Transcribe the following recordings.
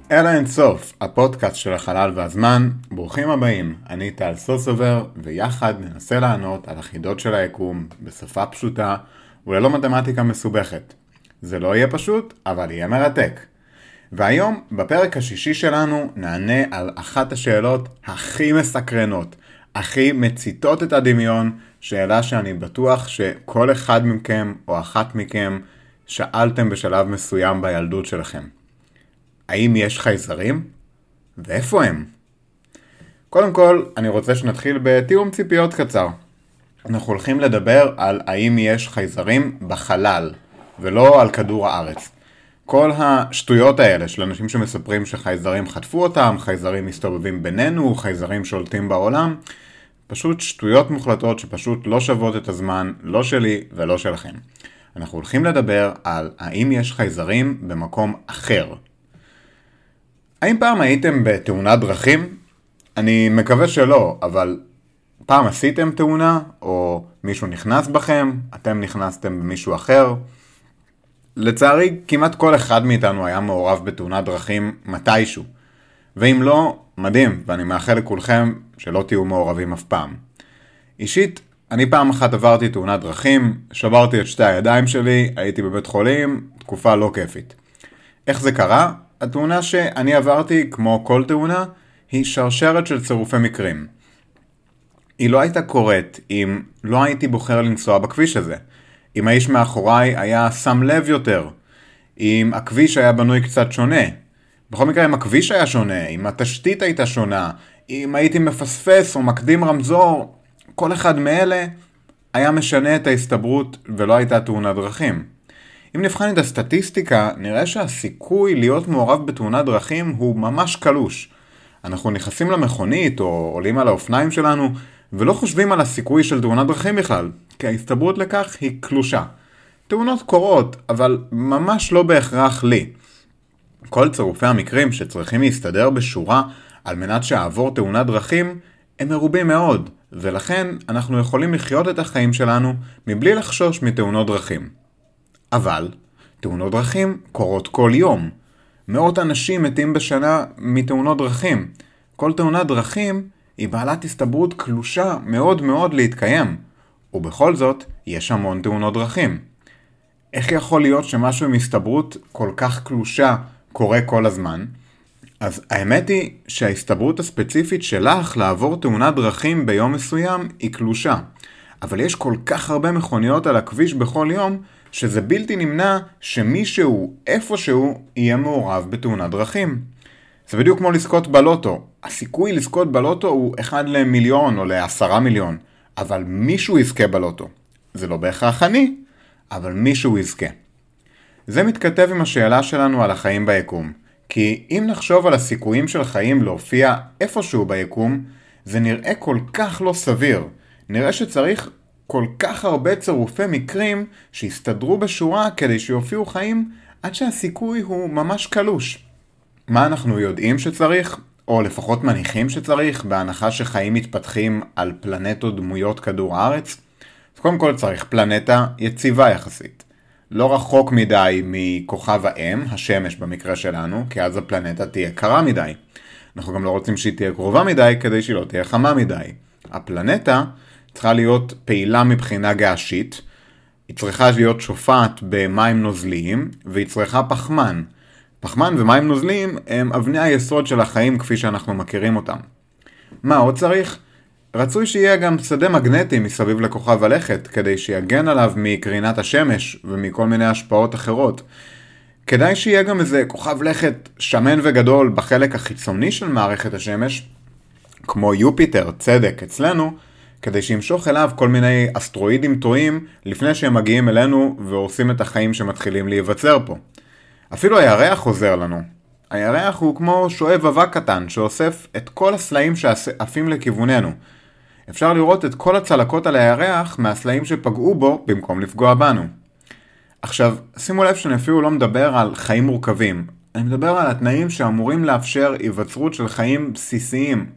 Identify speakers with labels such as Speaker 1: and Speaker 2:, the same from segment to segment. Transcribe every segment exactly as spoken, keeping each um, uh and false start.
Speaker 1: אל האינסוף, הפודקאסט של החלל והזמן. ברוכים הבאים, אני טל סוסובר, ויחד ננסה לענות על החידות של היקום בשפה פשוטה וללא מתמטיקה מסובכת. זה לא יהיה פשוט, אבל יהיה מרתק. והיום, בפרק השישי שלנו, נענה על אחת השאלות הכי מסקרנות, הכי מציתות את הדמיון, שאלה שאני בטוח שכל אחד מכם או אחת מכם שאלתם בשלב מסוים בילדות שלכם. האם יש חייזרים? ואיפה הם? קודם כל, אני רוצה שנתחיל בתיאום ציפיות קצר. אנחנו הולכים לדבר על האם יש חייזרים בחלל, ולא על כדור הארץ. כל השטויות האלה של אנשים שמספרים שחייזרים חטפו אותם, חייזרים מסתובבים בינינו, חייזרים שולטים בעולם, פשוט שטויות מוחלטות שפשוט לא שוות את הזמן, לא שלי ולא שלכם. אנחנו הולכים לדבר על האם יש חייזרים במקום אחר. האם פעם הייתם בתאונת דרכים? אני מקווה שלא, אבל פעם עשיתם תאונה, או מישהו נכנס בכם, אתם נכנסתם במישהו אחר. לצערי, כמעט כל אחד מאיתנו היה מעורב בתאונת דרכים מתישהו. ואם לא, מדהים, ואני מאחל לכולכם שלא תהיו מעורבים אף פעם. אישית, אני פעם אחת עברתי תאונת דרכים, שברתי את שתי הידיים שלי, הייתי בבית חולים, תקופה לא כיפית. איך זה קרה? התאונה שאני עברתי, כמו כל תאונה, היא שרשרת של צירופי מקרים. היא לא הייתה קורית אם לא הייתי בוחר לנסוע בכביש הזה. אם האיש מאחוריי היה שם לב יותר. אם הכביש היה בנוי קצת שונה. בכל מקרה, אם הכביש היה שונה, אם התשתית הייתה שונה, אם הייתי מפספס או מקדים רמזור, כל אחד מאלה היה משנה את ההסתברות ולא הייתה תאונת דרכים. אם נבחן את הסטטיסטיקה, נראה שהסיכוי להיות מעורב בתאונת דרכים הוא ממש קלוש. אנחנו נכנסים למכונית או עולים על האופניים שלנו, ולא חושבים על הסיכוי של תאונת דרכים בכלל, כי ההסתברות לכך היא קלושה. תאונות קורות, אבל ממש לא בהכרח לי. כל צירופי המקרים שצריכים להסתדר בשורה על מנת שעבור תאונת דרכים, הם מרובים מאוד, ולכן אנחנו יכולים לחיות את החיים שלנו מבלי לחשוש מתאונות דרכים. אבל תאונות דרכים קורות כל יום. מאות אנשים מתים בשנה מתאונות דרכים. כל תאונת דרכים היא בעלת הסתברות קלושה מאוד מאוד להתקיים. ובכל זאת, יש המון תאונות דרכים. איך יכול להיות שמשהו עם הסתברות כל כך קלושה קורה כל הזמן? אז האמת היא שההסתברות הספציפית שלך לעבור תאונת דרכים ביום מסוים היא קלושה. אבל יש כל כך הרבה מכוניות על הכביש בכל יום, שזה בלתי נמנע שמישהו, איפשהו, יהיה מעורב בתאונת דרכים. זה בדיוק כמו לזכות בלוטו. הסיכוי לזכות בלוטו הוא אחד למיליון או לעשרה מיליון, אבל מישהו יזכה בלוטו. זה לא בהכרח אני, אבל מישהו יזכה. זה מתכתב עם השאלה שלנו על החיים ביקום. כי אם נחשוב על הסיכויים של חיים להופיע איפשהו ביקום, זה נראה כל כך לא סביר. נראה שצריך כל כך הרבה צירופי מקרים שהסתדרו בשורה כדי שיופיעו חיים עד שהסיכוי הוא ממש קלוש. מה אנחנו יודעים שצריך, או לפחות מניחים שצריך, בהנחה שחיים מתפתחים על פלנטות דמויות כדור הארץ? אז קודם כל צריך פלנטה יציבה יחסית. לא רחוק מדי מכוכב האם, השמש במקרה שלנו, כי אז הפלנטה תהיה קרה מדי. אנחנו גם לא רוצים שהיא תהיה קרובה מדי כדי שהיא לא תהיה חמה מדי. הפלנטה צריכה להיות פעילה מבחינה געשית, היא צריכה להיות שופעת במים נוזליים, והיא צריכה פחמן. פחמן ומים נוזליים הם אבני היסוד של החיים כפי שאנחנו מכירים אותם. מה עוד צריך? רצוי שיהיה גם שדה מגנטי מסביב לכוכב הלכת, כדי שיגן עליו מקרינת השמש ומכל מיני השפעות אחרות. כדאי שיהיה גם איזה כוכב לכת שמן וגדול בחלק החיצוני של מערכת השמש, כמו יופיטר, צדק אצלנו, כדי שימשוך אליו כל מיני אסטרואידים טועים לפני שהם מגיעים אלינו והורסים את החיים שמתחילים להיווצר פה. אפילו הירח עוזר לנו. הירח הוא כמו שואב אבק קטן שאוסף את כל הסלעים שעפים לכיווננו. אפשר לראות את כל הצלקות על הירח מהסלעים שפגעו בו במקום לפגוע בנו. עכשיו, שימו לב שאני אפילו לא מדבר על חיים מורכבים. אני מדבר על התנאים שאמורים לאפשר היווצרות של חיים בסיסיים.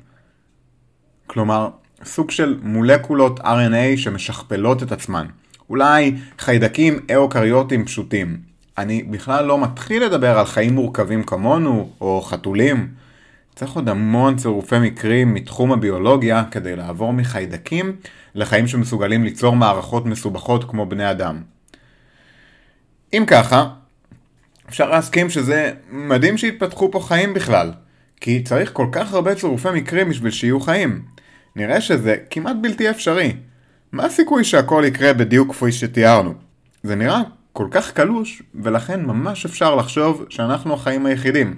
Speaker 1: כלומר, סוג של מולקולות אר אן איי שמשכפלות את עצמן. אולי חיידקים אוקריוטיים פשוטים. אני בכלל לא מתחיל לדבר על חיים מורכבים כמונו, או חתולים. צריך עוד המון צירופי מקרים מתחום הביולוגיה כדי לעבור מחיידקים לחיים שמסוגלים ליצור מערכות מסובכות כמו בני אדם. אם ככה, אפשר להסכים שזה מדהים שהתפתחו פה חיים בכלל, כי צריך כל כך הרבה צירופי מקרים בשביל שיהיו חיים. נראה שזה כמעט בלתי אפשרי. מה הסיכוי שהכל יקרה בדיוק כפי שתיארנו? זה נראה כל כך קלוש, ולכן ממש אפשר לחשוב שאנחנו החיים היחידים.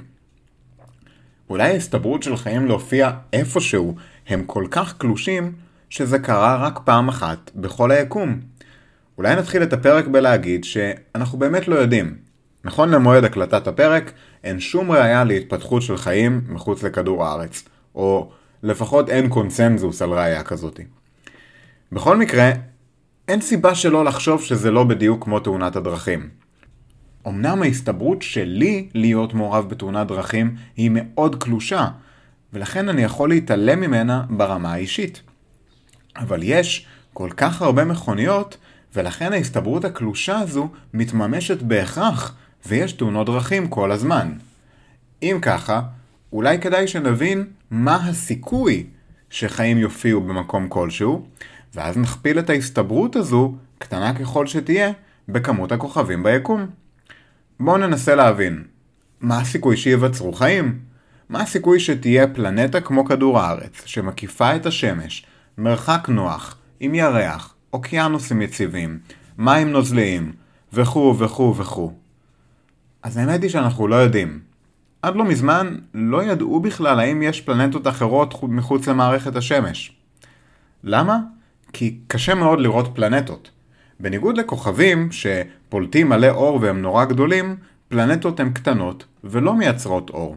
Speaker 1: אולי ההסתברות של חיים להופיע איפשהו הם כל כך קלושים, שזה קרה רק פעם אחת בכל היקום. אולי נתחיל את הפרק בלהגיד שאנחנו באמת לא יודעים. נכון למועד הקלטת הפרק, אין שום ראיה להתפתחות של חיים מחוץ לכדור הארץ, או לפחות אין קונסנזוס על ראיה כזאת. בכל מקרה, אין סיבה שלא לחשוב שזה לא בדיוק כמו תאונת הדרכים. אמנם ההסתברות שלי להיות מעורב בתאונת דרכים היא מאוד קלושה, ולכן אני יכול להתעלם ממנה ברמה האישית. אבל יש כל כך הרבה מכוניות, ולכן ההסתברות הקלושה הזו מתממשת בהכרח, ויש תאונות דרכים כל הזמן. אם ככה, אולי כדאי שנבין מה הסיכוי שחיים יופיעו במקום כלשהו, ואז נכפיל את ההסתברות הזו, קטנה ככל שתהיה, בכמות הכוכבים ביקום. בואו ננסה להבין, מה הסיכוי שיווצרו חיים? מה הסיכוי שתהיה פלנטה כמו כדור הארץ, שמקיפה את השמש, מרחק נוח, עם ירח, אוקיינוסים יציבים, מים נוזליים, וכו' וכו' וכו'. אז האמת היא שאנחנו לא יודעים. עד לא מזמן לא ידעו בכלל האם יש פלנטות אחרות מחוץ למערכת השמש. למה? כי קשה מאוד לראות פלנטות. בניגוד לכוכבים שפולטים מלא אור והם נורא גדולים, פלנטות הן קטנות ולא מייצרות אור.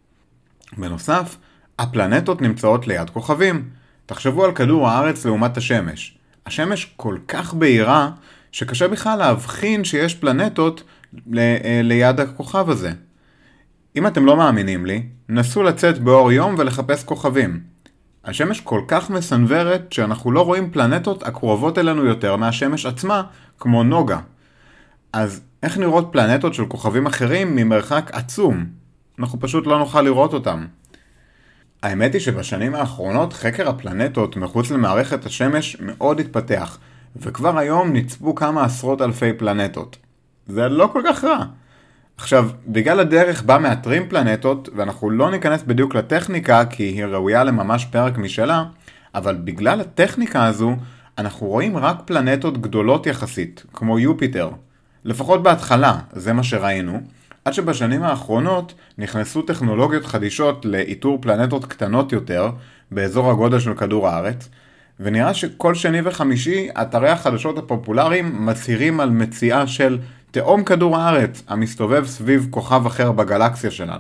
Speaker 1: בנוסף, הפלנטות נמצאות ליד כוכבים. תחשבו על כדור הארץ לעומת השמש. השמש כל כך בהירה שקשה בכלל להבחין שיש פלנטות ל- ליד הכוכב הזה. אם אתם לא מאמינים לי, נסו לצאת באור יום ולחפש כוכבים. השמש כל כך מסנוורת שאנחנו לא רואים פלנטות הקרובות אלינו יותר מהשמש עצמה, כמו נוגה. אז איך נראות פלנטות של כוכבים אחרים ממרחק עצום? אנחנו פשוט לא נוכל לראות אותם. האמת היא שבשנים האחרונות חקר הפלנטות מחוץ למערכת השמש מאוד התפתח, וכבר היום נצפו כמה עשרות אלפי פלנטות. זה לא כל כך רע. עכשיו, בגלל הדרך בה מאתרים פלנטות, ואנחנו לא ניכנס בדיוק לטכניקה כי היא ראויה לממש פרק משלה, אבל בגלל הטכניקה הזו, אנחנו רואים רק פלנטות גדולות יחסית, כמו יופיטר. לפחות בהתחלה, זה מה שראינו, עד שבשנים האחרונות נכנסו טכנולוגיות חדישות לאיתור פלנטות קטנות יותר, באזור הגודל של כדור הארץ, ונראה שכל שני וחמישי אתרי החדשות הפופולריים מצהירים על מציאה של תאום כדור הארץ המסתובב סביב כוכב אחר בגלקסיה שלנו.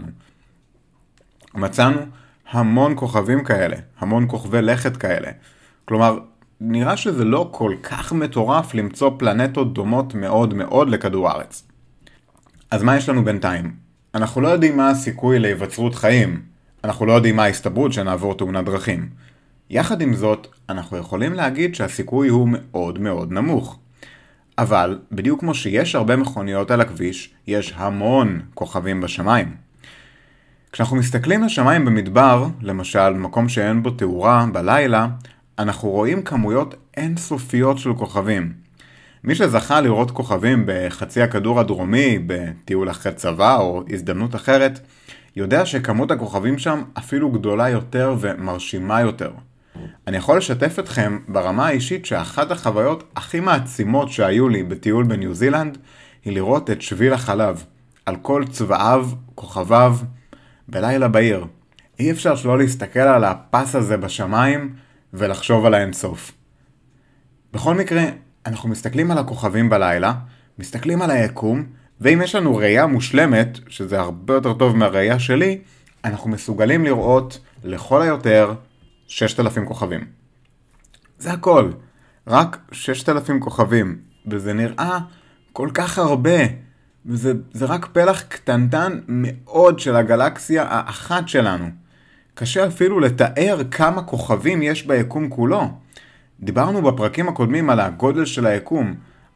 Speaker 1: מצאנו המון כוכבים כאלה, המון כוכבי לכת כאלה. כלומר, נראה שזה לא כל כך מטורף למצוא פלנטות דומות מאוד מאוד לכדור הארץ. אז מה יש לנו בינתיים? אנחנו לא יודעים מה הסיכוי להיווצרות חיים. אנחנו לא יודעים מה ההסתברות שנעבור תאונת דרכים. יחד עם זאת, אנחנו יכולים להגיד שהסיכוי הוא מאוד מאוד נמוך. אבל, בדיוק כמו שיש הרבה מכוניות על הכביש, יש המון כוכבים בשמיים. כשאנחנו מסתכלים לשמיים במדבר, למשל מקום שאין בו תאורה בלילה, אנחנו רואים כמויות אינסופיות של כוכבים. מי שזכה לראות כוכבים בחצי הכדור הדרומי, בטיול אחרי צבא או הזדמנות אחרת, יודע שכמות הכוכבים שם אפילו גדולה יותר ומרשימה יותר. אני יכול לשתף אתכם ברמה האישית שאחת החוויות הכי מעצימות שהיו לי בטיול בניו זילנד, היא לראות את שביל החלב, על כל צבעיו, כוכביו, בלילה בעיר. אי אפשר שלא להסתכל על הפס הזה בשמיים ולחשוב על האינסוף. בכל מקרה, אנחנו מסתכלים על הכוכבים בלילה, מסתכלים על היקום, ואם יש לנו ראייה מושלמת, שזה הרבה יותר טוב מהראייה שלי, אנחנו מסוגלים לראות לכל היותר ששת אלפים כוכבים. זה הכל. רק ששת אלפים כוכבים. וזה נראה כל כך הרבה. וזה זה רק פלח קטנטן מאוד של הגלקסיה האחת שלנו. קשה אפילו לתאר כמה כוכבים יש ביקום כולו. דיברנו בפרקים הקודמים על הגודל של היקום,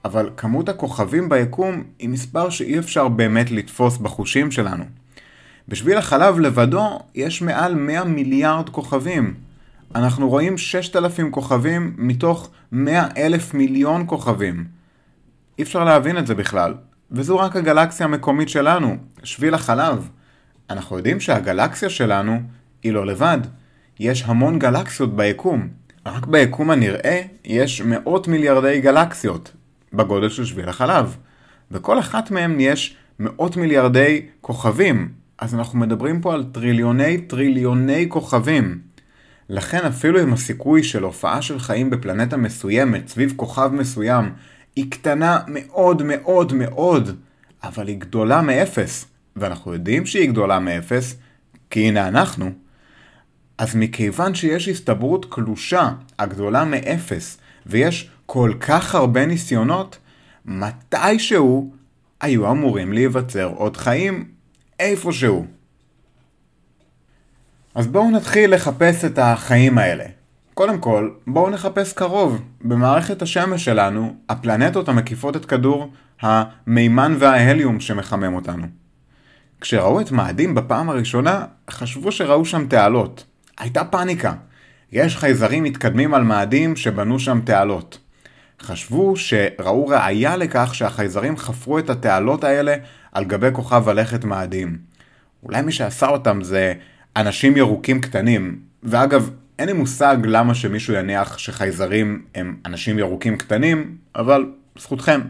Speaker 1: אבל כמות הכוכבים ביקום היא מספר שאי אפשר באמת לתפוס בחושים שלנו. בשביל החלב לבדו יש מעל מאה מיליארד כוכבים. אנחנו רואים ששת אלפים כוכבים מתוך מאה אלף מיליון כוכבים. אי אפשר להבין את זה בכלל. וזו רק הגלקסיה המקומית שלנו, שביל החלב. אנחנו יודעים שהגלקסיה שלנו היא לא לבד. יש המון גלקסיות ביקום. רק ביקום הנראה יש מאות מיליארדי גלקסיות בגודל של שביל החלב. וכל אחת מהן יש מאות מיליארדי כוכבים. אז אנחנו מדברים פה על טריליוני טריליוני כוכבים. לכן אפילו אם הסיכוי של הופעה של חיים בפלנטה מסוימת סביב כוכב מסוים היא קטנה מאוד מאוד מאוד, אבל היא גדולה מאפס. ואנחנו יודעים שהיא גדולה מאפס, כי הנה אנחנו. אז מכיוון שיש הסתברות קלושה הגדולה מאפס, ויש כל כך הרבה ניסיונות, מתישהו היו אמורים להיווצר עוד חיים איפשהו. אז בואו נתחיל לחפש את החיים האלה. קודם כל, בואו נחפש קרוב. במערכת השמש שלנו, הפלנטות המקיפות את כדור המימן וההליום שמחמם אותנו. כשראו את מאדים בפעם הראשונה, חשבו שראו שם תעלות. הייתה פאניקה. יש חייזרים מתקדמים על מאדים שבנו שם תעלות. חשבו שראו ראיה לכך שהחייזרים חפרו את התעלות האלה על גבי כוכב הלכת מאדים. אולי מי שעשה אותם זה אנשים ירוקים קטנים. ואגב, אין לי מושג למה שמישהו יניח שחייזרים הם אנשים ירוקים קטנים, אבל זכותכם.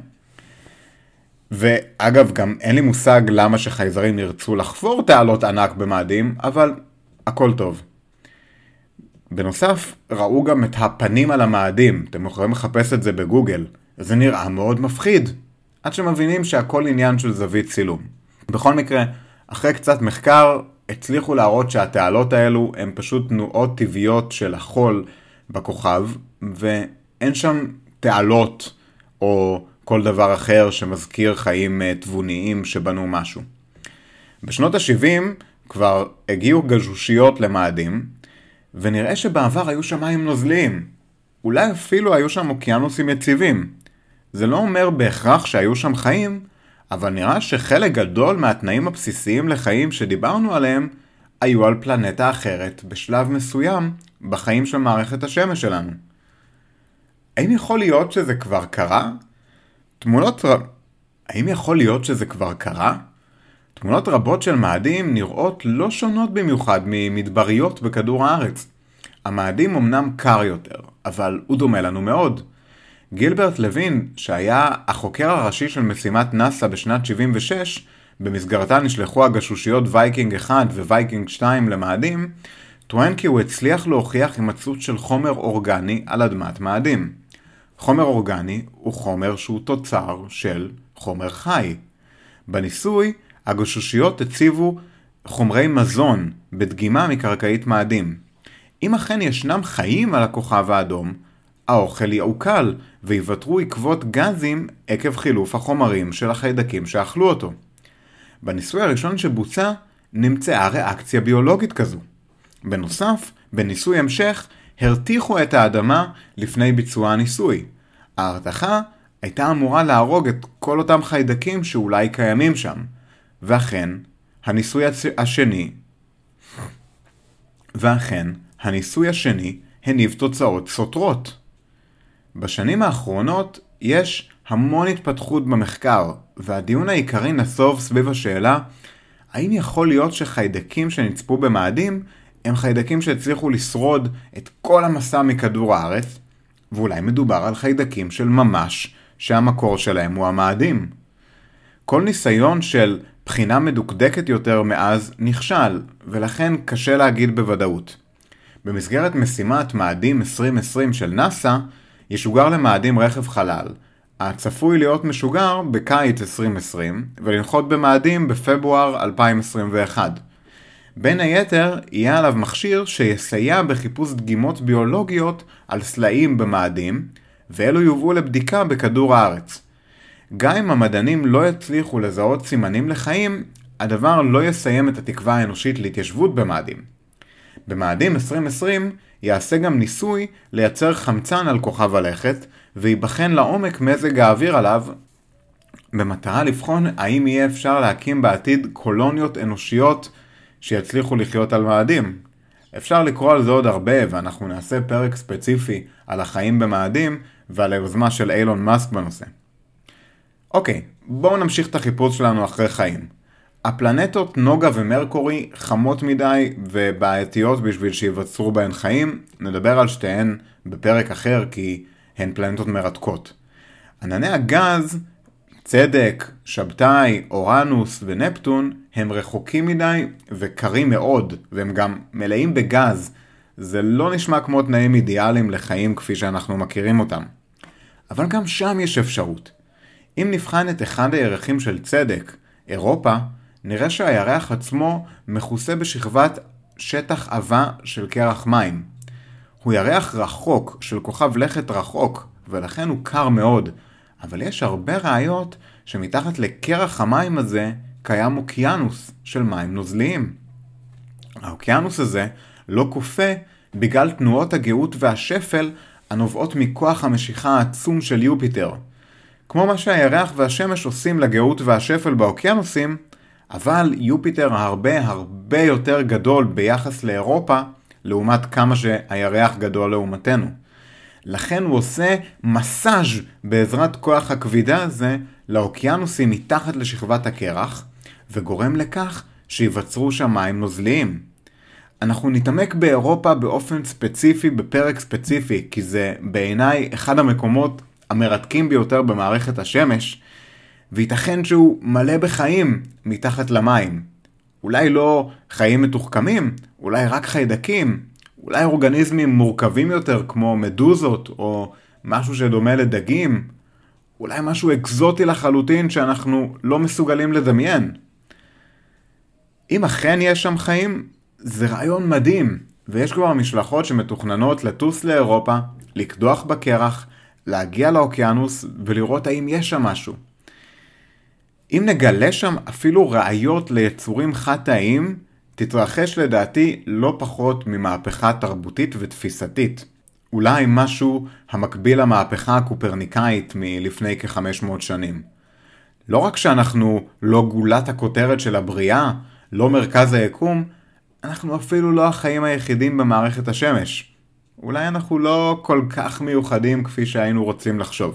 Speaker 1: ואגב, גם אין לי מושג למה שחייזרים ירצו לחפור תעלות ענק במאדים, אבל הכל טוב. בנוסף, ראו גם את הפנים על המאדים. אתם יכולים לחפש את זה בגוגל. זה נראה מאוד מפחיד. עד שמבינים שהכל עניין של זווית צילום. בכל מקרה, אחרי קצת מחקר, הצליחו להראות שהתעלות האלו הן פשוט תנועות טבעיות של החול בכוכב, ואין שם תעלות או כל דבר אחר שמזכיר חיים תבוניים שבנו משהו. בשנות ה-שבעים כבר הגיעו גזושיות למאדים, ונראה שבעבר היו שם מים נוזליים. אולי אפילו היו שם אוקיינוסים יציבים. זה לא אומר בהכרח שהיו שם חיים, אבל נראה שחלק גדול מהתנאים הבסיסיים לחיים שדיברנו עליהם היו על פלנטה אחרת בשלב מסוים בחיים של מערכת השמש שלנו. האם יכול להיות שזה כבר קרה? תמונות ר... האם יכול להיות שזה כבר קרה? תמונות רבות של מאדים נראות לא שונות במיוחד ממדבריות בכדור הארץ. המאדים אמנם קר יותר, אבל הוא דומה לנו מאוד. גילברט לוין, שהיה החוקר הראשי של משימת נאסא בשנת שבעים ושש, במסגרתה נשלחו הגשושיות וייקינג אחד ווייקינג שתיים למאדים, טוען כי הוא הצליח להוכיח הימצאות של חומר אורגני על אדמת מאדים. חומר אורגני הוא חומר שהוא תוצר של חומר חי. בניסוי, הגשושיות הציבו חומרי מזון בדגימה מקרקעית מאדים. אם אכן ישנם חיים על הכוכב האדום, האוכל יעוקל ויוותרו עקבות גזים עקב חילוף החומרים של החיידקים שאכלו אותו. בניסוי הראשון שבוצע נמצאה ריאקציה ביולוגית כזו. בנוסף, בניסוי המשך הרתיחו את האדמה לפני ביצוע הניסוי. ההרתחה הייתה אמורה להרוג את כל אותם חיידקים שאולי קיימים שם. ואכן, הניסוי השני ואכן, הניסוי השני הניב תוצאות סותרות. בשנים האחרונות יש המון התפתחות במחקר, והדיון העיקרי נסוב סביב השאלה האם יכול להיות שחיידקים שנצפו במאדים הם חיידקים שהצליחו לשרוד את כל המסע מכדור הארץ, ואולי מדובר על חיידקים של ממש שהמקור שלהם הוא המאדים. כל ניסיון של בחינה מדוקדקת יותר מאז נכשל, ולכן קשה להגיד בוודאות. במסגרת משימת מאדים עשרים עשרים של נאסא, ישוגר למאדים רכב חלל, הצפוי להיות משוגר בקיץ עשרים עשרים ולנחות במאדים בפברואר אלפיים עשרים ואחת. בין היתר, יהיה עליו מכשיר שיסייע בחיפוש דגימות ביולוגיות על סלעים במאדים, ואלו יובאו לבדיקה בכדור הארץ. גם אם המדענים לא יצליחו לזהות סימנים לחיים, הדבר לא יסיים את התקווה האנושית להתיישבות במאדים. במאדים עשרים עשרים יעשה גם ניסוי לייצר חמצן על כוכב הלכת, ויבחן לעומק מזג האוויר עליו, במטרה לבחון האם יהיה אפשר להקים בעתיד קולוניות אנושיות שיצליחו לחיות על מאדים. אפשר לקרוא על זה עוד הרבה, ואנחנו נעשה פרק ספציפי על החיים במאדים ועל היוזמה של אילון מאסק בנושא. אוקיי, בואו נמשיך את החיפוש שלנו אחרי חיים. הפלנטות נוגה ומרקורי חמות מדי ובעייתיות בשביל שיווצרו בהן חיים. נדבר על שתיהן בפרק אחר כי הן פלנטות מרתקות. ענני הגז, צדק, שבתאי, אורנוס ונפטון הם רחוקים מדי וקרים מאוד, והם גם מלאים בגז. זה לא נשמע כמו תנאים אידיאליים לחיים כפי שאנחנו מכירים אותם. אבל גם שם יש אפשרות. אם נבחן את אחד הירחים של צדק, אירופה, נראה שהירח עצמו מכוסה בשכבת שטח עבה של קרח מים. הוא ירח רחוק של כוכב לכת רחוק, ולכן הוא קר מאוד. אבל יש הרבה ראיות שמתחת לקרח המים הזה קיים אוקיינוס של מים נוזליים. האוקיינוס הזה לא קופא בגלל תנועות הגאות והשפל הנובעות מכוח המשיכה העצום של יופיטר. כמו מה שהירח והשמש עושים לגאות והשפל באוקיינוסים, אבל יופיטר הרבה הרבה יותר גדול ביחס לאירופה, לעומת כמה שהירח גדול לעומתנו. לכן הוא עושה מסאז' בעזרת כוח הכבידה הזה לאוקיינוסים מתחת לשכבת הקרח, וגורם לכך שיווצרו שם מים נוזליים. אנחנו נתעמק באירופה באופן ספציפי בפרק ספציפי, כי זה בעיניי אחד המקומות המרתקים ביותר במערכת השמש, וייתכן שהוא מלא בחיים מתחת למים. אולי לא חיים מתוחכמים, אולי רק חיידקים, אולי אורגניזמים מורכבים יותר כמו מדוזות או משהו שדומה לדגים, אולי משהו אקזוטי לחלוטין שאנחנו לא מסוגלים לדמיין. אם אכן יש שם חיים, זה רעיון מדהים, ויש כבר משלחות שמתוכננות לטוס לאירופה, לקדוח בקרח, להגיע לאוקיינוס ולראות האם יש שם משהו. אם נגלה שם אפילו ראיות ליצורים חד-תאיים, תתרחש לדעתי לא פחות ממהפכה תרבותית ותפיסתית. אולי משהו המקביל למהפכה הקופרניקאית מלפני כ-חמש מאות שנים. לא רק שאנחנו לא גולת הכותרת של הבריאה, לא מרכז היקום, אנחנו אפילו לא החיים היחידים במערכת השמש. אולי אנחנו לא כל כך מיוחדים כפי שהיינו רוצים לחשוב.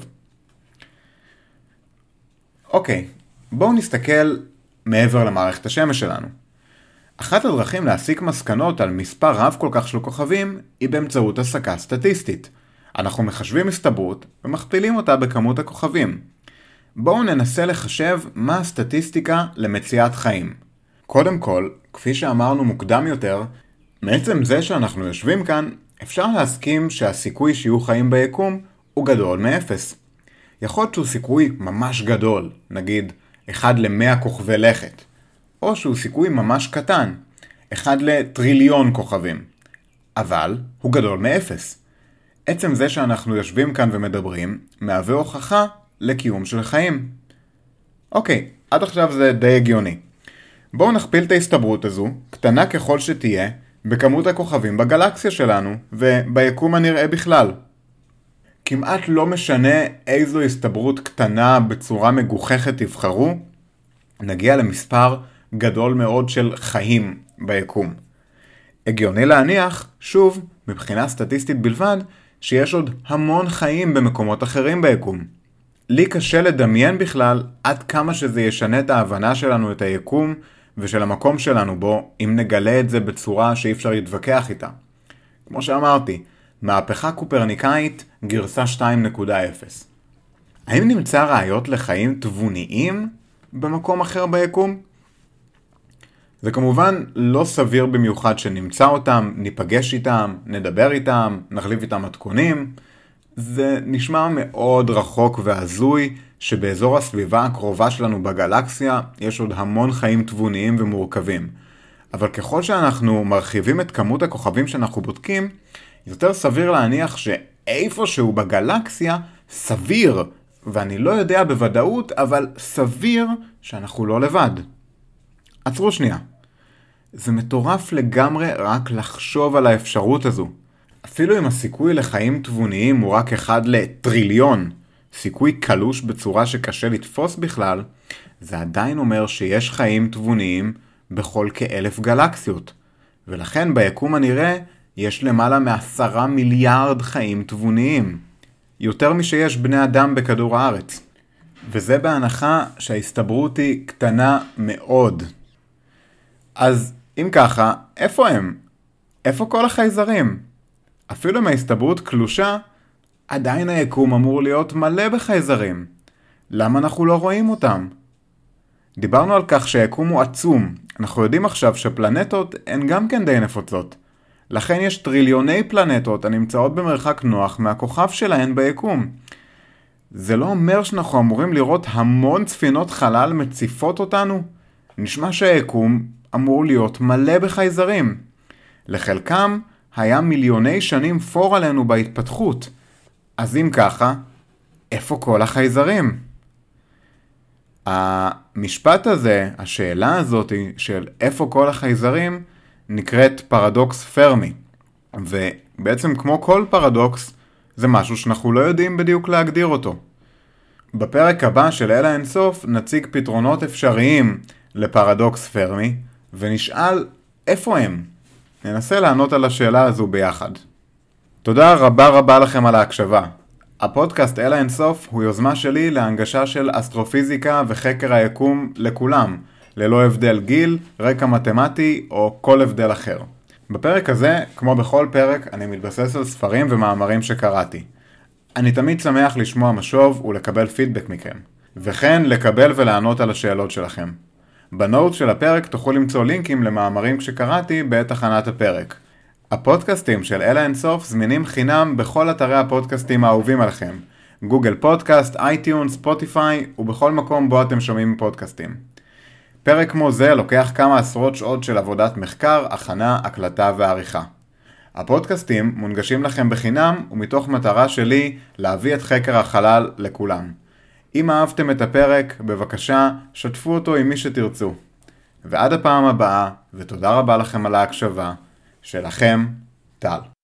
Speaker 1: אוקיי, בואו נסתכל מעבר למערכת השמש שלנו. אחת הדרכים להסיק מסקנות על מספר רב כל כך של כוכבים היא באמצעות הסקה סטטיסטית. אנחנו מחשבים הסתברות ומכפילים אותה בכמות הכוכבים. בואו ננסה לחשב מה הסטטיסטיקה למציאת חיים. קודם כל, כפי שאמרנו מוקדם יותר, מעצם זה שאנחנו יושבים כאן, אפשר להסכים שהסיכוי שיהיו חיים ביקום הוא גדול מאפס. יכול להיות שהוא סיכוי ממש גדול, נגיד אחד למאה כוכבי לכת. או שהוא סיכוי ממש קטן, אחד לטריליון כוכבים. אבל הוא גדול מאפס. עצם זה שאנחנו יושבים כאן ומדברים, מהווה הוכחה לקיום של חיים. אוקיי, עד עכשיו זה די הגיוני. בואו נכפיל את ההסתברות הזו, קטנה ככל שתהיה, בכמות הכוכבים בגלקסיה שלנו, וביקום הנראה בכלל. כמעט לא משנה איזו הסתברות קטנה בצורה מגוחכת תבחרו, נגיע למספר גדול מאוד של חיים ביקום. הגיוני להניח, שוב, מבחינה סטטיסטית בלבד, שיש עוד המון חיים במקומות אחרים ביקום. לי קשה לדמיין בכלל עד כמה שזה ישנה את ההבנה שלנו את היקום ושל המקום שלנו בו, אם נגלה את זה בצורה שאי אפשר להתווכח איתה. כמו שאמרתי, מהפכה קופרניקאית גרסה שתיים נקודה אפס. האם נמצא ראיות לחיים תבוניים במקום אחר ביקום? זה כמובן לא סביר במיוחד שנמצא אותם, ניפגש איתם, נדבר איתם, נחליף איתם מתכונים. זה נשמע מאוד רחוק והזוי שבאזור הסביבה הקרובה שלנו בגלקסיה יש עוד המון חיים תבוניים ומורכבים. אבל ככל שאנחנו מרחיבים את כמות הכוכבים שאנחנו בודקים, יותר סביר להניח שאיפשהו בגלקסיה סביר, ואני לא יודע בוודאות, אבל סביר שאנחנו לא לבד. עצרו שנייה. זה מטורף לגמרי רק לחשוב על האפשרות הזו. אפילו אם הסיכוי לחיים תבוניים הוא רק אחד לטריליון, סיכוי קלוש בצורה שקשה לתפוס בכלל, זה עדיין אומר שיש חיים תבוניים בכל כאלף גלקסיות. ולכן ביקום הנראה יש למעלה מעשרה מיליארד חיים תבוניים. יותר משיש בני אדם בכדור הארץ. וזה בהנחה שההסתברות היא קטנה מאוד. אז אם ככה, איפה הם? איפה כל החייזרים? אפילו אם ההסתברות קלושה, עדיין היקום אמור להיות מלא בחייזרים. למה אנחנו לא רואים אותם? דיברנו על כך שהיקום הוא עצום. אנחנו יודעים עכשיו שפלנטות הן גם כן די נפוצות. לכן יש טריליוני פלנטות הנמצאות במרחק נוח מהכוכב שלהן ביקום. זה לא אומר שאנחנו אמורים לראות המון ספינות חלל מציפות אותנו? נשמע שהיקום אמור להיות מלא בחייזרים. לחלקם היה מיליוני שנים פור עלינו בהתפתחות. אז אם ככה, איפה כל החייזרים? המשפט הזה, השאלה הזאת של איפה כל החייזרים, נקראת פרדוקס פרמי. ובעצם כמו כל פרדוקס, זה משהו שאנחנו לא יודעים בדיוק להגדיר אותו. בפרק הבא של אל האינסוף נציג פתרונות אפשריים לפרדוקס פרמי, ונשאל איפה הם. ננסה לענות על השאלה הזו ביחד. תודה רבה רבה לכם על ההקשבה. הפודקאסט אל האינסוף הוא יוזמה שלי להנגשה של אסטרופיזיקה וחקר היקום לכולם, ללא הבדל גיל, רקע מתמטי או כל הבדל אחר. בפרק הזה, כמו בכל פרק, אני מתבסס על ספרים ומאמרים שקראתי. אני תמיד שמח לשמוע משוב ולקבל פידבק מכם, וכן לקבל ולענות על השאלות שלכם. בנוט של הפרק תוכלו למצוא לינקים למאמרים שקראתי בעת הכנת הפרק. הפודקאסטים של אל האינסוף זמינים חינם בכל אתרי הפודקאסטים האהובים עליכם, גוגל פודקאסט, אייטיונס, ספוטיפיי ובכל מקום בו אתם שומעים פודקאסטים. פרק כמו זה לוקח כמה עשרות שעות של עבודת מחקר, הכנה, הקלטה ועריכה. הפודקאסטים מונגשים לכם בחינם ומתוך מטרה שלי להביא את חקר החלל לכולם. אם אהבתם את הפרק, בבקשה שתפו אותו עם מי שתרצו. ועד הפעם הבאה, ותודה רבה לכם על ההקשבה, שלכם, טל.